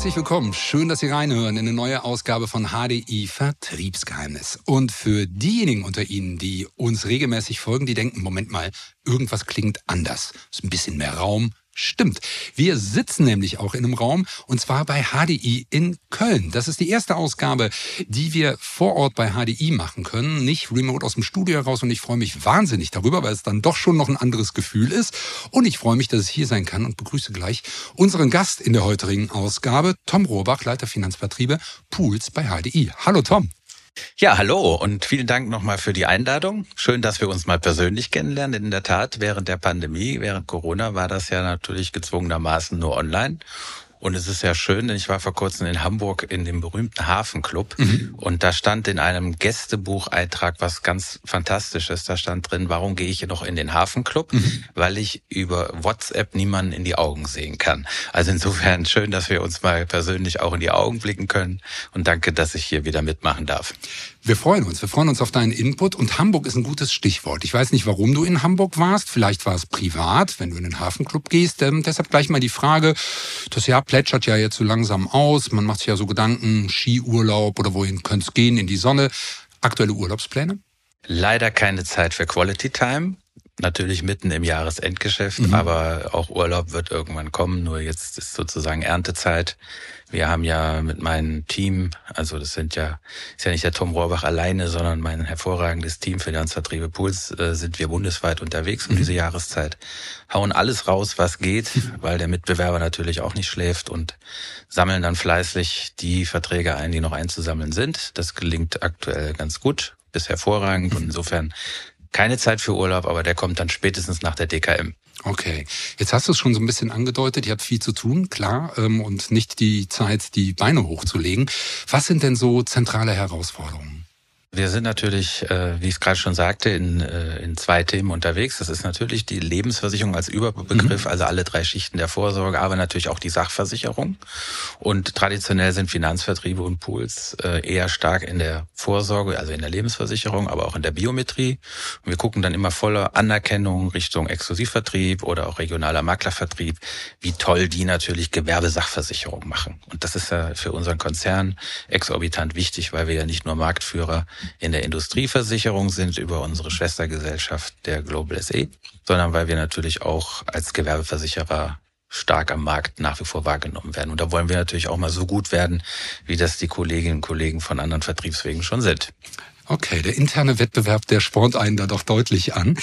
herzlich willkommen. Schön, dass Sie reinhören in eine neue Ausgabe von HDI Vertriebsgeheimnis. Und für diejenigen unter Ihnen, die uns regelmäßig folgen, die denken, Moment mal, irgendwas klingt anders. Ist ein bisschen mehr Raum. Stimmt. Wir sitzen nämlich auch in einem Raum, und zwar bei HDI in Köln. Das ist die erste Ausgabe, die wir vor Ort bei HDI machen können, nicht remote aus dem Studio heraus. Und ich freue mich wahnsinnig darüber, weil es dann doch schon noch ein anderes Gefühl ist. Und ich freue mich, dass ich hier sein kann und begrüße gleich unseren Gast in der heutigen Ausgabe, Tom Rohrbach, Leiter Finanzvertriebe Pools bei HDI. Hallo Tom. Ja, hallo und vielen Dank nochmal für die Einladung. Schön, dass wir uns mal persönlich kennenlernen. In der Tat, während der Pandemie, während Corona war das ja natürlich gezwungenermaßen nur online. Und es ist ja schön, denn ich war vor kurzem in Hamburg in dem berühmten Hafenclub und da stand in einem Gästebucheintrag was ganz Fantastisches. Da stand drin, warum gehe ich noch in den Hafenclub? Weil ich über WhatsApp niemanden in die Augen sehen kann. Also insofern schön, dass wir uns mal persönlich auch in die Augen blicken können und danke, dass ich hier wieder mitmachen darf. Wir freuen uns auf deinen Input, und Hamburg ist ein gutes Stichwort. Ich weiß nicht, warum du in Hamburg warst, vielleicht war es privat, wenn du in den Hafenclub gehst. Deshalb gleich mal die Frage, das Jahr plätschert ja jetzt so langsam aus, man macht sich ja so Gedanken, Skiurlaub oder wohin könnte es gehen, in die Sonne. Aktuelle Urlaubspläne? Leider keine Zeit für Quality Time. Natürlich mitten im Jahresendgeschäft, aber auch Urlaub wird irgendwann kommen. Nur jetzt ist sozusagen Erntezeit. Wir haben ja mit meinem Team, also ist ja nicht der Tom Rohrbach alleine, sondern mein hervorragendes Team Finanzvertriebe Pools, sind wir bundesweit unterwegs um diese Jahreszeit. Hauen alles raus, was geht, weil der Mitbewerber natürlich auch nicht schläft, und sammeln dann fleißig die Verträge ein, die noch einzusammeln sind. Das gelingt aktuell ganz gut, bis hervorragend, und insofern keine Zeit für Urlaub, aber der kommt dann spätestens nach der DKM. Okay, jetzt hast du es schon so ein bisschen angedeutet, ihr habt viel zu tun, klar, und nicht die Zeit, die Beine hochzulegen. Was sind denn so zentrale Herausforderungen? Wir sind natürlich, wie ich es gerade schon sagte, in zwei Themen unterwegs. Das ist natürlich die Lebensversicherung als Überbegriff, also alle drei Schichten der Vorsorge, aber natürlich auch die Sachversicherung. Und traditionell sind Finanzvertriebe und Pools eher stark in der Vorsorge, also in der Lebensversicherung, aber auch in der Biometrie. Und wir gucken dann immer voller Anerkennung Richtung Exklusivvertrieb oder auch regionaler Maklervertrieb, wie toll die natürlich Gewerbesachversicherung machen. Und das ist ja für unseren Konzern exorbitant wichtig, weil wir ja nicht nur Marktführer in der Industrieversicherung sind über unsere Schwestergesellschaft der Global SE, sondern weil wir natürlich auch als Gewerbeversicherer stark am Markt nach wie vor wahrgenommen werden. Und da wollen wir natürlich auch mal so gut werden, wie das die Kolleginnen und Kollegen von anderen Vertriebswegen schon sind. Okay, der interne Wettbewerb, der spornt einen da doch deutlich an.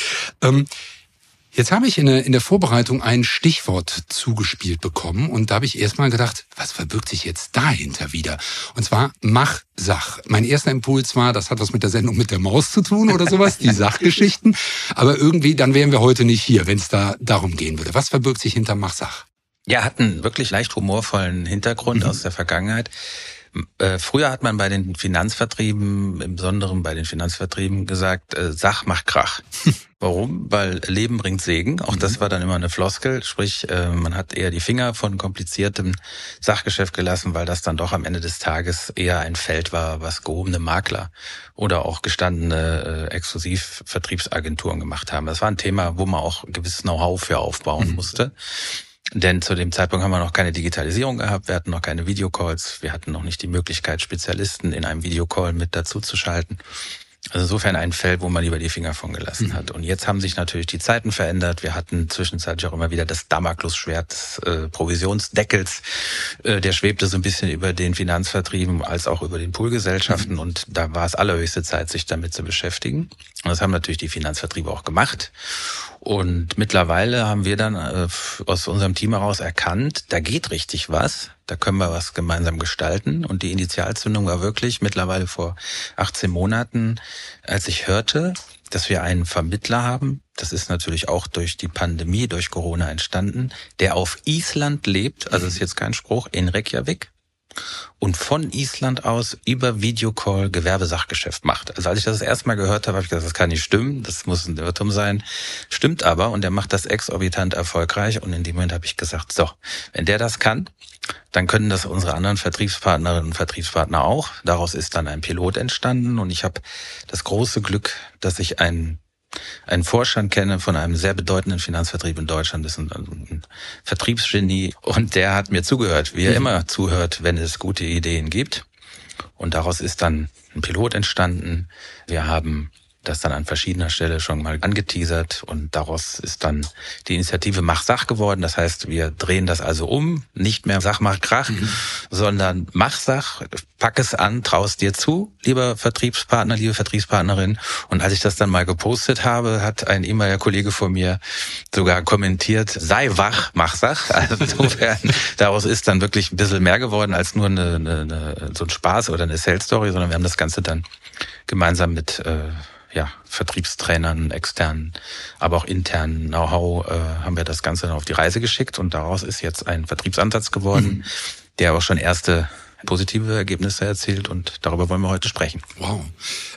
Jetzt habe ich in der Vorbereitung ein Stichwort zugespielt bekommen, und da habe ich erstmal gedacht, was verbirgt sich jetzt dahinter wieder? Und zwar Mach Sach. Mein erster Impuls war, das hat was mit der Sendung mit der Maus zu tun oder sowas, die Sachgeschichten. Aber irgendwie, dann wären wir heute nicht hier, wenn es da darum gehen würde. Was verbirgt sich hinter Mach Sach? Ja, hat einen wirklich leicht humorvollen Hintergrund aus der Vergangenheit. Früher hat man bei den Finanzvertrieben, im Besonderen bei den Finanzvertrieben, gesagt, Sach macht Krach. Warum? Weil Leben bringt Segen. Auch das war dann immer eine Floskel. Sprich, man hat eher die Finger von kompliziertem Sachgeschäft gelassen, weil das dann doch am Ende des Tages eher ein Feld war, was gehobene Makler oder auch gestandene Exklusivvertriebsagenturen gemacht haben. Das war ein Thema, wo man auch ein gewisses Know-how für aufbauen musste. Denn zu dem Zeitpunkt haben wir noch keine Digitalisierung gehabt, wir hatten noch keine Videocalls, wir hatten noch nicht die Möglichkeit, Spezialisten in einem Videocall mit dazu zu schalten. Also insofern ein Feld, wo man lieber die Finger von gelassen hat. Und jetzt haben sich natürlich die Zeiten verändert. Wir hatten zwischenzeitlich auch immer wieder das Damoklesschwert des Provisionsdeckels. Der schwebte so ein bisschen über den Finanzvertrieben als auch über den Poolgesellschaften. Und da war es allerhöchste Zeit, sich damit zu beschäftigen. Und das haben natürlich die Finanzvertriebe auch gemacht. Und mittlerweile haben wir dann aus unserem Team heraus erkannt, da geht richtig was, da können wir was gemeinsam gestalten. Und die Initialzündung war wirklich mittlerweile vor 18 Monaten, als ich hörte, dass wir einen Vermittler haben, das ist natürlich auch durch die Pandemie, durch Corona entstanden, der auf Island lebt, also ist jetzt kein Spruch, in Reykjavik. Und von Island aus über Videocall Gewerbesachgeschäft macht. Also als ich das erste Mal gehört habe, habe ich gesagt, das kann nicht stimmen, das muss ein Irrtum sein. Stimmt aber, und der macht das exorbitant erfolgreich. Und in dem Moment habe ich gesagt, so, wenn der das kann, dann können das unsere anderen Vertriebspartnerinnen und Vertriebspartner auch. Daraus ist dann ein Pilot entstanden, und ich habe das große Glück, dass ich einen einen Vorstand kenne von einem sehr bedeutenden Finanzvertrieb in Deutschland. Das ist ein Vertriebsgenie. Und der hat mir zugehört, wie er immer zuhört, wenn es gute Ideen gibt. Und daraus ist dann ein Pilot entstanden. Wir haben das dann an verschiedener Stelle schon mal angeteasert und daraus ist dann die Initiative Mach Sach geworden. Das heißt, wir drehen das also um, nicht mehr Sach macht Krach, sondern Mach Sach, pack es an, trau es dir zu, lieber Vertriebspartner, liebe Vertriebspartnerin. Und als ich das dann mal gepostet habe, hat ein ehemaliger Kollege von mir sogar kommentiert, sei wach, mach Sach. Also insofern, daraus ist dann wirklich ein bisschen mehr geworden als nur so ein Spaß oder eine Sales-Story, sondern wir haben das Ganze dann gemeinsam mit Vertriebstrainern, externen, aber auch internen Know-how haben wir das Ganze dann auf die Reise geschickt und daraus ist jetzt ein Vertriebsansatz geworden, der auch schon erste positive Ergebnisse erzielt und darüber wollen wir heute sprechen. Wow.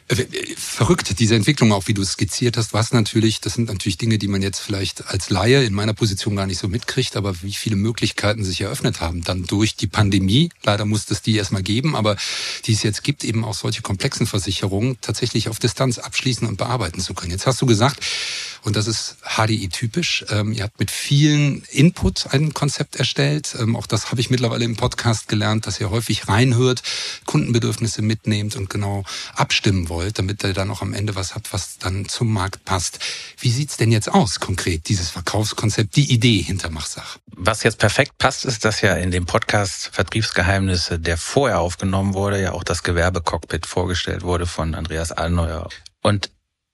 Verrückt, diese Entwicklung, auch wie du es skizziert hast, das sind natürlich Dinge, die man jetzt vielleicht als Laie in meiner Position gar nicht so mitkriegt, aber wie viele Möglichkeiten sich eröffnet haben, dann durch die Pandemie, leider musste es die erstmal geben, aber die es jetzt gibt, eben auch solche komplexen Versicherungen tatsächlich auf Distanz abschließen und bearbeiten zu können. Jetzt hast du gesagt, und das ist HDI-typisch, ihr habt mit vielen Input ein Konzept erstellt, auch das habe ich mittlerweile im Podcast gelernt, dass ihr häufig reinhört, Kundenbedürfnisse mitnehmt und genau abstimmen wollt, damit ihr dann auch am Ende was habt, was dann zum Markt passt. Wie sieht's denn jetzt aus, konkret, dieses Verkaufskonzept, die Idee hinter Mach Sach? Was jetzt perfekt passt, ist, dass ja in dem Podcast Vertriebsgeheimnisse, der vorher aufgenommen wurde, ja auch das Gewerbecockpit vorgestellt wurde von Andreas Allneuer. Und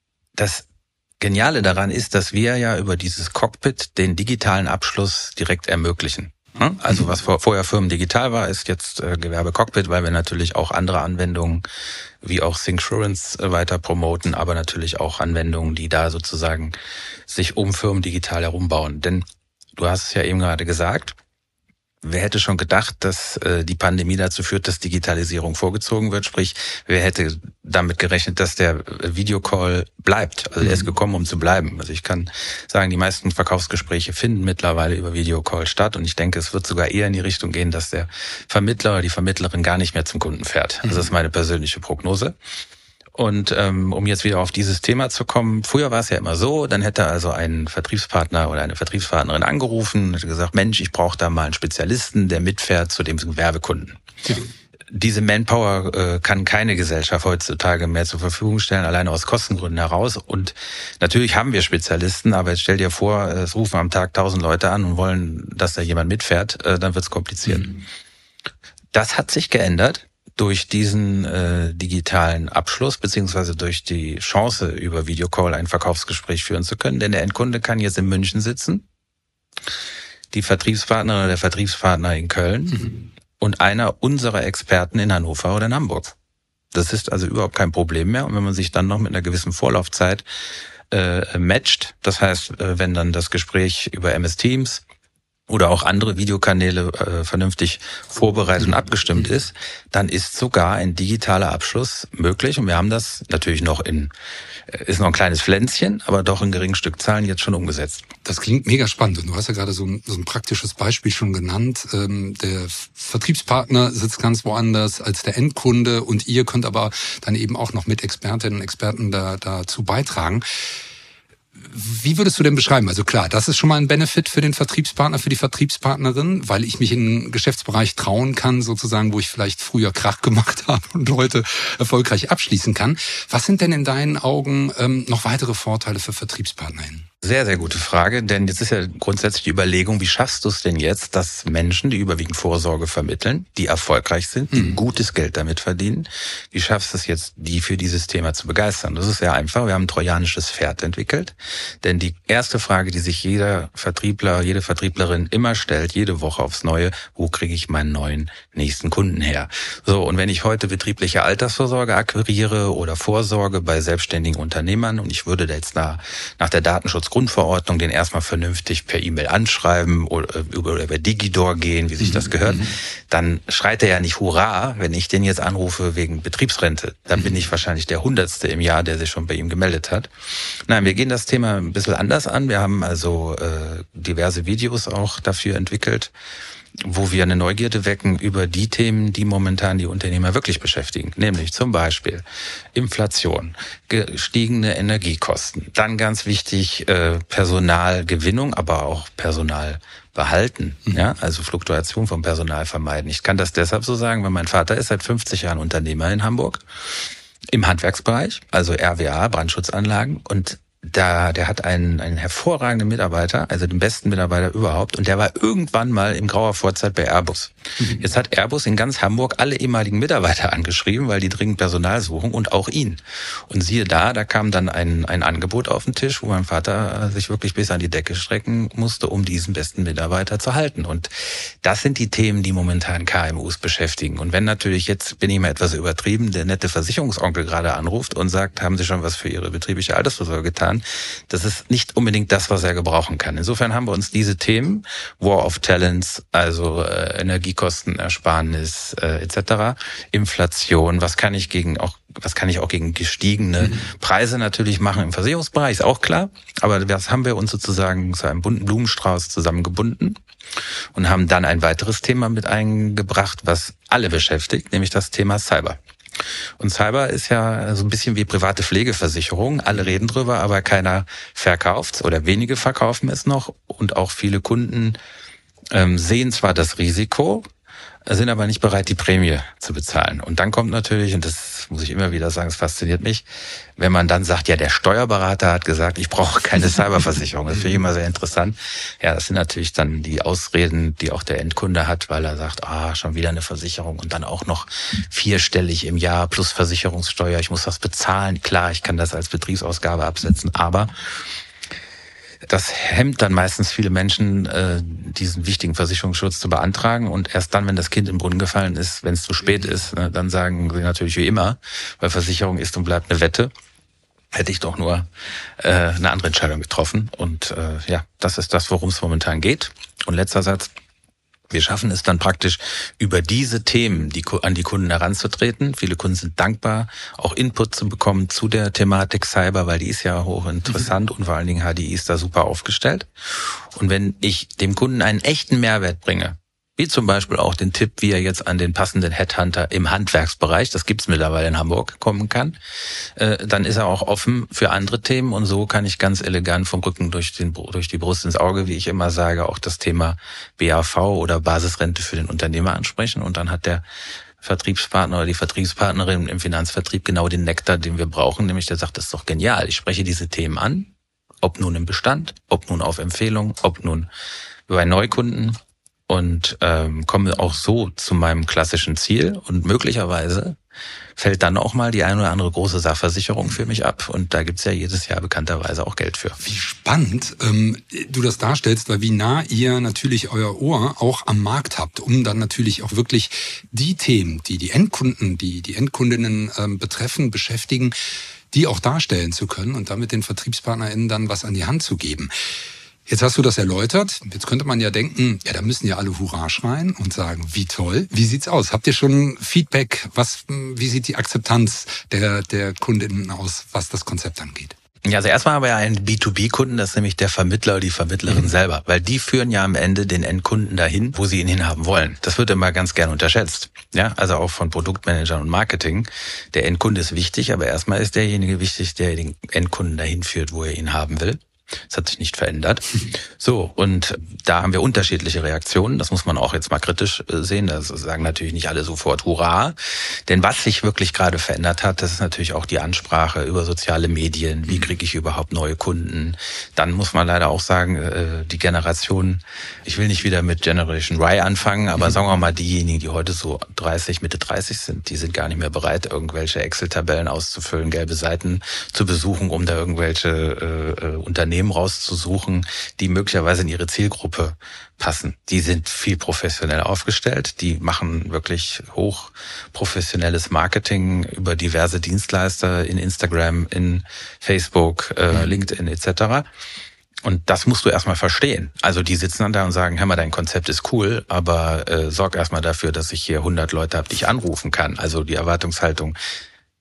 das Geniale daran ist, dass wir ja über dieses Cockpit den digitalen Abschluss direkt ermöglichen. Also was vorher firmendigital war, ist jetzt Gewerbecockpit, weil wir natürlich auch andere Anwendungen wie auch Syncsurance weiter promoten, aber natürlich auch Anwendungen, die da sozusagen sich um firmendigital herumbauen. Denn du hast es ja eben gerade gesagt, wer hätte schon gedacht, dass die Pandemie dazu führt, dass Digitalisierung vorgezogen wird? Sprich, wer hätte damit gerechnet, dass der Videocall bleibt? Also er ist gekommen, um zu bleiben. Also ich kann sagen, die meisten Verkaufsgespräche finden mittlerweile über Videocall statt. Und ich denke, es wird sogar eher in die Richtung gehen, dass der Vermittler oder die Vermittlerin gar nicht mehr zum Kunden fährt. Das ist meine persönliche Prognose. Und um jetzt wieder auf dieses Thema zu kommen, früher war es ja immer so, dann hätte also ein Vertriebspartner oder eine Vertriebspartnerin angerufen und hätte gesagt, Mensch, ich brauche da mal einen Spezialisten, der mitfährt zu dem Gewerbekunden. Ja. Diese Manpower kann keine Gesellschaft heutzutage mehr zur Verfügung stellen, alleine aus Kostengründen heraus. Und natürlich haben wir Spezialisten, aber jetzt stell dir vor, es rufen am Tag 1000 Leute an und wollen, dass da jemand mitfährt, dann wird's kompliziert. Das hat sich geändert durch diesen digitalen Abschluss, beziehungsweise durch die Chance, über Videocall ein Verkaufsgespräch führen zu können. Denn der Endkunde kann jetzt in München sitzen, die Vertriebspartnerin oder der Vertriebspartner in Köln und einer unserer Experten in Hannover oder in Hamburg. Das ist also überhaupt kein Problem mehr. Und wenn man sich dann noch mit einer gewissen Vorlaufzeit matcht, das heißt, wenn dann das Gespräch über MS Teams oder auch andere Videokanäle vernünftig vorbereitet und abgestimmt ist, dann ist sogar ein digitaler Abschluss möglich. Und wir haben das natürlich ist noch ein kleines Pflänzchen, aber doch in geringen Stückzahlen jetzt schon umgesetzt. Das klingt mega spannend. Und du hast ja gerade so ein praktisches Beispiel schon genannt. Der Vertriebspartner sitzt ganz woanders als der Endkunde und ihr könnt aber dann eben auch noch mit Expertinnen und Experten dazu beitragen. Wie würdest du denn beschreiben? Also klar, das ist schon mal ein Benefit für den Vertriebspartner, für die Vertriebspartnerin, weil ich mich in einen Geschäftsbereich trauen kann, sozusagen, wo ich vielleicht früher Krach gemacht habe und heute erfolgreich abschließen kann. Was sind denn in deinen Augen noch weitere Vorteile für VertriebspartnerInnen? Sehr, sehr gute Frage, denn jetzt ist ja grundsätzlich die Überlegung, wie schaffst du es denn jetzt, dass Menschen, die überwiegend Vorsorge vermitteln, die erfolgreich sind, die gutes Geld damit verdienen, wie schaffst du es jetzt, die für dieses Thema zu begeistern? Das ist sehr einfach. Wir haben ein trojanisches Pferd entwickelt, denn die erste Frage, die sich jeder Vertriebler, jede Vertrieblerin immer stellt, jede Woche aufs Neue, wo kriege ich meinen neuen nächsten Kunden her? So, und wenn ich heute betriebliche Altersvorsorge akquiriere oder Vorsorge bei selbstständigen Unternehmern und ich würde da jetzt nach der Datenschutzgrundverordnung den erstmal vernünftig per E-Mail anschreiben oder über Digidor gehen, wie sich das gehört, dann schreit er ja nicht Hurra, wenn ich den jetzt anrufe wegen Betriebsrente. Dann bin ich wahrscheinlich der 100. im Jahr, der sich schon bei ihm gemeldet hat. Nein, wir gehen das Thema ein bisschen anders an. Wir haben also diverse Videos auch dafür entwickelt. wo wir eine Neugierde wecken über die Themen, die momentan die Unternehmer wirklich beschäftigen. Nämlich zum Beispiel Inflation, gestiegene Energiekosten, dann ganz wichtig Personalgewinnung, aber auch Personalbehalten, ja, also Fluktuation vom Personal vermeiden. Ich kann das deshalb so sagen, weil mein Vater ist seit 50 Jahren Unternehmer in Hamburg im Handwerksbereich, also RWA, Brandschutzanlagen, und der hat einen hervorragenden Mitarbeiter, also den besten Mitarbeiter überhaupt, und der war irgendwann mal in grauer Vorzeit bei Airbus. Jetzt hat Airbus in ganz Hamburg alle ehemaligen Mitarbeiter angeschrieben, weil die dringend Personal suchen, und auch ihn. Und siehe da kam dann ein Angebot auf den Tisch, wo mein Vater sich wirklich bis an die Decke strecken musste, um diesen besten Mitarbeiter zu halten. Und das sind die Themen, die momentan KMUs beschäftigen. Und wenn natürlich, jetzt bin ich mal etwas übertrieben, der nette Versicherungsonkel gerade anruft und sagt, haben Sie schon was für Ihre betriebliche Altersvorsorge getan? Das ist nicht unbedingt das, was er gebrauchen kann. Insofern haben wir uns diese Themen, War of Talents, also Energiekostenersparnis etc., Inflation, was kann ich auch gegen gestiegene Preise natürlich machen im Versicherungsbereich, ist auch klar. Aber das haben wir uns sozusagen zu einem bunten Blumenstrauß zusammengebunden und haben dann ein weiteres Thema mit eingebracht, was alle beschäftigt, nämlich das Thema Cyber. Und Cyber ist ja so ein bisschen wie private Pflegeversicherung. Alle reden drüber, aber keiner verkauft oder wenige verkaufen es noch. Und auch viele Kunden sehen zwar das Risiko, sind aber nicht bereit, die Prämie zu bezahlen. Und dann kommt natürlich, und das muss ich immer wieder sagen, es fasziniert mich, wenn man dann sagt, ja, der Steuerberater hat gesagt, ich brauche keine Cyberversicherung. Das finde ich immer sehr interessant. Ja, das sind natürlich dann die Ausreden, die auch der Endkunde hat, weil er sagt, schon wieder eine Versicherung und dann auch noch 4-stellig im Jahr plus Versicherungssteuer. Ich muss das bezahlen. Klar, ich kann das als Betriebsausgabe absetzen, aber das hemmt dann meistens viele Menschen, diesen wichtigen Versicherungsschutz zu beantragen. Und erst dann, wenn das Kind im Brunnen gefallen ist, wenn es zu spät ist, dann sagen sie natürlich wie immer, weil Versicherung ist und bleibt eine Wette, hätte ich doch nur eine andere Entscheidung getroffen. Und das ist das, worum es momentan geht. Und letzter Satz. Wir schaffen es dann praktisch, über diese Themen an die Kunden heranzutreten. Viele Kunden sind dankbar, auch Input zu bekommen zu der Thematik Cyber, weil die ist ja hochinteressant und vor allen Dingen HDI ist da super aufgestellt. Und wenn ich dem Kunden einen echten Mehrwert bringe, wie zum Beispiel auch den Tipp, wie er jetzt an den passenden Headhunter im Handwerksbereich, das gibt's mittlerweile in Hamburg, kommen kann, dann ist er auch offen für andere Themen und so kann ich ganz elegant vom Rücken durch die Brust ins Auge, wie ich immer sage, auch das Thema BAV oder Basisrente für den Unternehmer ansprechen und dann hat der Vertriebspartner oder die Vertriebspartnerin im Finanzvertrieb genau den Nektar, den wir brauchen, nämlich der sagt, das ist doch genial, ich spreche diese Themen an, ob nun im Bestand, ob nun auf Empfehlung, ob nun bei Neukunden, und komme auch so zu meinem klassischen Ziel und möglicherweise fällt dann auch mal die eine oder andere große Sachversicherung für mich ab und da gibt's ja jedes Jahr bekannterweise auch Geld für. Wie spannend du das darstellst, weil wie nah ihr natürlich euer Ohr auch am Markt habt, um dann natürlich auch wirklich die Themen, die die Endkunden, die Endkundinnen betreffen, beschäftigen, die auch darstellen zu können und damit den VertriebspartnerInnen dann was an die Hand zu geben. Jetzt hast du das erläutert. Jetzt könnte man ja denken, ja, da müssen ja alle Hurra schreien und sagen, wie toll. Wie sieht's aus? Habt ihr schon Feedback? Wie sieht die Akzeptanz der Kundinnen aus, was das Konzept angeht? Ja, also erstmal haben wir ja einen B2B-Kunden, das ist nämlich der Vermittler oder die Vermittlerin selber, weil die führen ja am Ende den Endkunden dahin, wo sie ihn hinhaben wollen. Das wird immer ganz gern unterschätzt. Ja, also auch von Produktmanagern und Marketing. Der Endkunde ist wichtig, aber erstmal ist derjenige wichtig, der den Endkunden dahin führt, wo er ihn haben will. Das hat sich nicht verändert. So, und da haben wir unterschiedliche Reaktionen. Das muss man auch jetzt mal kritisch sehen. Da sagen natürlich nicht alle sofort Hurra. Denn was sich wirklich gerade verändert hat, das ist natürlich auch die Ansprache über soziale Medien. Wie kriege ich überhaupt neue Kunden? Dann muss man leider auch sagen, die Generation, ich will nicht wieder mit Generation Y anfangen, aber sagen wir mal diejenigen, die heute so Mitte 30 sind, die sind gar nicht mehr bereit, irgendwelche Excel-Tabellen auszufüllen, gelbe Seiten zu besuchen, um da irgendwelche Unternehmen rauszusuchen, die möglicherweise in ihre Zielgruppe passen. Die sind viel professionell aufgestellt, die machen wirklich hochprofessionelles Marketing über diverse Dienstleister in Instagram, in Facebook, LinkedIn etc. Und das musst du erstmal verstehen. Also die sitzen dann da und sagen, hör mal, dein Konzept ist cool, aber sorg erstmal dafür, dass ich hier 100 Leute habe, die ich anrufen kann. Also die Erwartungshaltung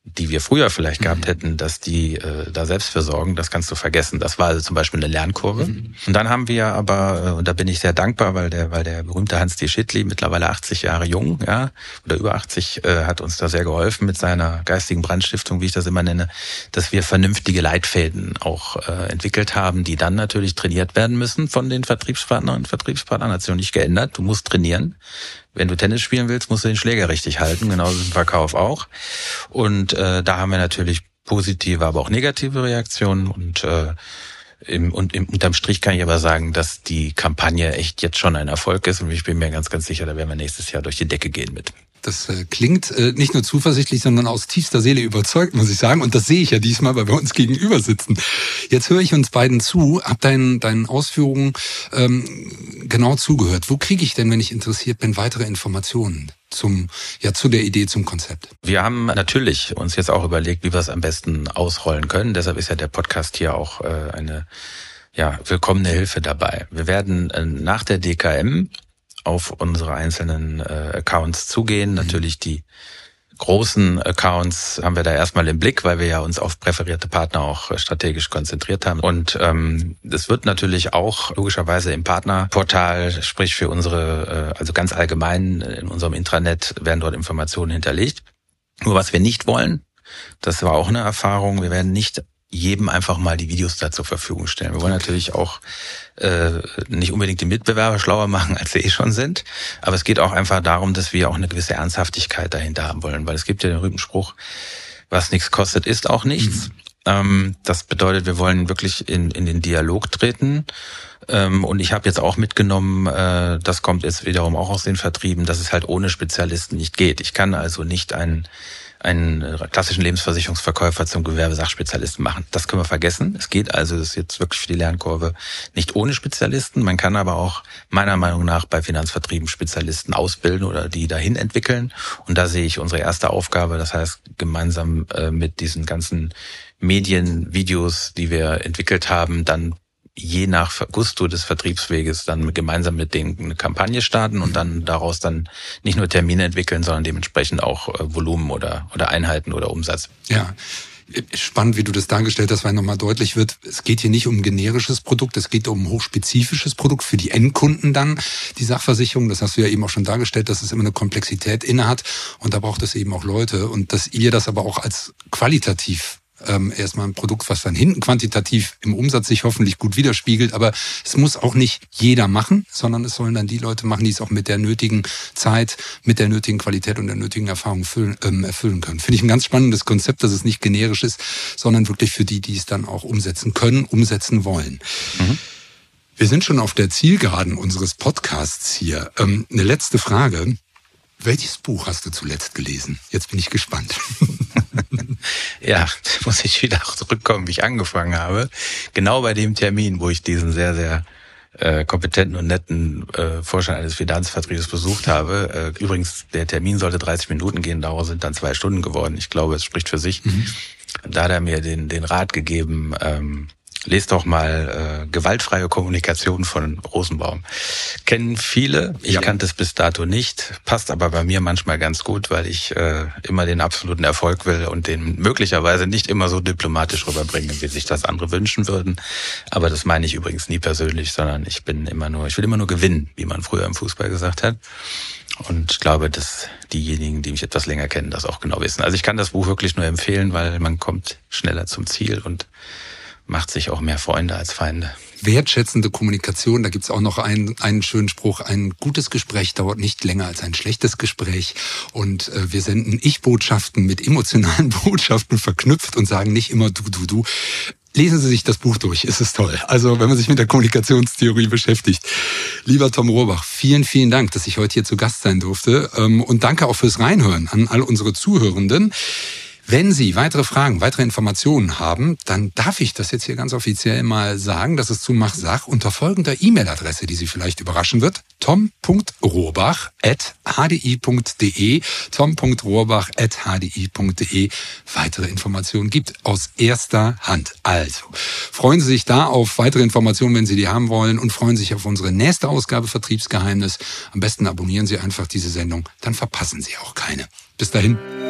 die wir früher vielleicht gehabt hätten, dass die da selbst für sorgen, das kannst du vergessen. Das war also zum Beispiel eine Lernkurve. Und dann haben wir aber, und da bin ich sehr dankbar, weil der berühmte Hans-D. Schittli, mittlerweile 80 Jahre jung, ja, oder über 80, hat uns da sehr geholfen mit seiner geistigen Brandstiftung, wie ich das immer nenne, dass wir vernünftige Leitfäden auch entwickelt haben, die dann natürlich trainiert werden müssen von den Vertriebspartnerinnen und Vertriebspartnern. Hat sich noch nicht geändert. Du musst trainieren. Wenn du Tennis spielen willst, musst du den Schläger richtig halten, genauso im Verkauf auch. Und da haben wir natürlich positive, aber auch negative Reaktionen. Und unterm Strich kann ich aber sagen, dass die Kampagne echt jetzt schon ein Erfolg ist. Und ich bin mir ganz, ganz sicher, da werden wir nächstes Jahr durch die Decke gehen mit. Das klingt nicht nur zuversichtlich, sondern aus tiefster Seele überzeugt, muss ich sagen. Und das sehe ich ja diesmal, weil wir uns gegenüber sitzen. Jetzt höre ich uns beiden zu, hab deinen Ausführungen genau zugehört. Wo kriege ich denn, wenn ich interessiert bin, weitere Informationen zu der Idee, zum Konzept? Wir haben natürlich uns jetzt auch überlegt, wie wir es am besten ausrollen können. Deshalb ist ja der Podcast hier auch eine willkommene Hilfe dabei. Wir werden nach der DKM auf unsere einzelnen Accounts zugehen. Natürlich die großen Accounts haben wir da erstmal im Blick, weil wir ja uns auf präferierte Partner auch strategisch konzentriert haben. Und das wird natürlich auch logischerweise im Partnerportal, sprich für unsere, also ganz allgemein in unserem Intranet werden dort Informationen hinterlegt. Nur was wir nicht wollen, das war auch eine Erfahrung, wir werden nicht jedem einfach mal die Videos da zur Verfügung stellen. Wir wollen natürlich auch nicht unbedingt die Mitbewerber schlauer machen, als sie schon sind. Aber es geht auch einfach darum, dass wir auch eine gewisse Ernsthaftigkeit dahinter haben wollen. Weil es gibt ja den berühmten Spruch, was nichts kostet, ist auch nichts. Das bedeutet, wir wollen wirklich in den Dialog treten. Und ich habe jetzt auch mitgenommen, das kommt jetzt wiederum auch aus den Vertrieben, dass es halt ohne Spezialisten nicht geht. Ich kann also nicht einen klassischen Lebensversicherungsverkäufer zum Gewerbesachspezialisten machen. Das können wir vergessen. Es geht also, das ist jetzt wirklich für die Lernkurve, nicht ohne Spezialisten. Man kann aber auch meiner Meinung nach bei Finanzvertrieben Spezialisten ausbilden oder die dahin entwickeln. Und da sehe ich unsere erste Aufgabe, das heißt gemeinsam mit diesen ganzen Medienvideos, die wir entwickelt haben, dann je nach Gusto des Vertriebsweges dann gemeinsam mit denen eine Kampagne starten und dann daraus dann nicht nur Termine entwickeln, sondern dementsprechend auch Volumen oder Einheiten oder Umsatz. Ja. Spannend, wie du das dargestellt hast, weil nochmal deutlich wird, es geht hier nicht um ein generisches Produkt, es geht um ein hochspezifisches Produkt für die Endkunden dann, die Sachversicherung. Das hast du ja eben auch schon dargestellt, dass es immer eine Komplexität innehat und da braucht es eben auch Leute und dass ihr das aber auch als qualitativ erstmal ein Produkt, was dann hinten quantitativ im Umsatz sich hoffentlich gut widerspiegelt, aber es muss auch nicht jeder machen, sondern es sollen dann die Leute machen, die es auch mit der nötigen Zeit, mit der nötigen Qualität und der nötigen Erfahrung erfüllen können. Finde ich ein ganz spannendes Konzept, dass es nicht generisch ist, sondern wirklich für die, die es dann auch umsetzen können, umsetzen wollen. Wir sind schon auf der Zielgeraden unseres Podcasts hier. Eine letzte Frage. Welches Buch hast du zuletzt gelesen? Jetzt bin ich gespannt. Ja, muss ich wieder zurückkommen, wie ich angefangen habe. Genau bei dem Termin, wo ich diesen sehr, sehr kompetenten und netten Vorstand eines Finanzvertriebs besucht habe. Übrigens, der Termin sollte 30 Minuten gehen, daraus sind dann 2 Stunden geworden. Ich glaube, es spricht für sich. Da hat er mir den Rat gegeben, lest doch mal Gewaltfreie Kommunikation von Rosenbaum. Kennen viele, ich kannte es bis dato nicht, passt aber bei mir manchmal ganz gut, weil ich immer den absoluten Erfolg will und den möglicherweise nicht immer so diplomatisch rüberbringe, wie sich das andere wünschen würden. Aber das meine ich übrigens nie persönlich, sondern ich will immer nur gewinnen, wie man früher im Fußball gesagt hat. Und ich glaube, dass diejenigen, die mich etwas länger kennen, das auch genau wissen. Also ich kann das Buch wirklich nur empfehlen, weil man kommt schneller zum Ziel und macht sich auch mehr Freunde als Feinde. Wertschätzende Kommunikation, da gibt's auch noch einen schönen Spruch, ein gutes Gespräch dauert nicht länger als ein schlechtes Gespräch und wir senden Ich-Botschaften mit emotionalen Botschaften verknüpft und sagen nicht immer du. Lesen Sie sich das Buch durch, es ist toll. Also wenn man sich mit der Kommunikationstheorie beschäftigt. Lieber Tom Rohrbach, vielen, vielen Dank, dass ich heute hier zu Gast sein durfte und danke auch fürs Reinhören an all unsere Zuhörenden. Wenn Sie weitere Fragen, weitere Informationen haben, dann darf ich das jetzt hier ganz offiziell mal sagen, dass es zu Machsach unter folgender E-Mail-Adresse, die Sie vielleicht überraschen wird, tom.rohrbach@hdi.de, tom.rohrbach@hdi.de weitere Informationen gibt aus erster Hand. Also, freuen Sie sich da auf weitere Informationen, wenn Sie die haben wollen und freuen sich auf unsere nächste Ausgabe Vertriebsgeheimnis. Am besten abonnieren Sie einfach diese Sendung, dann verpassen Sie auch keine. Bis dahin.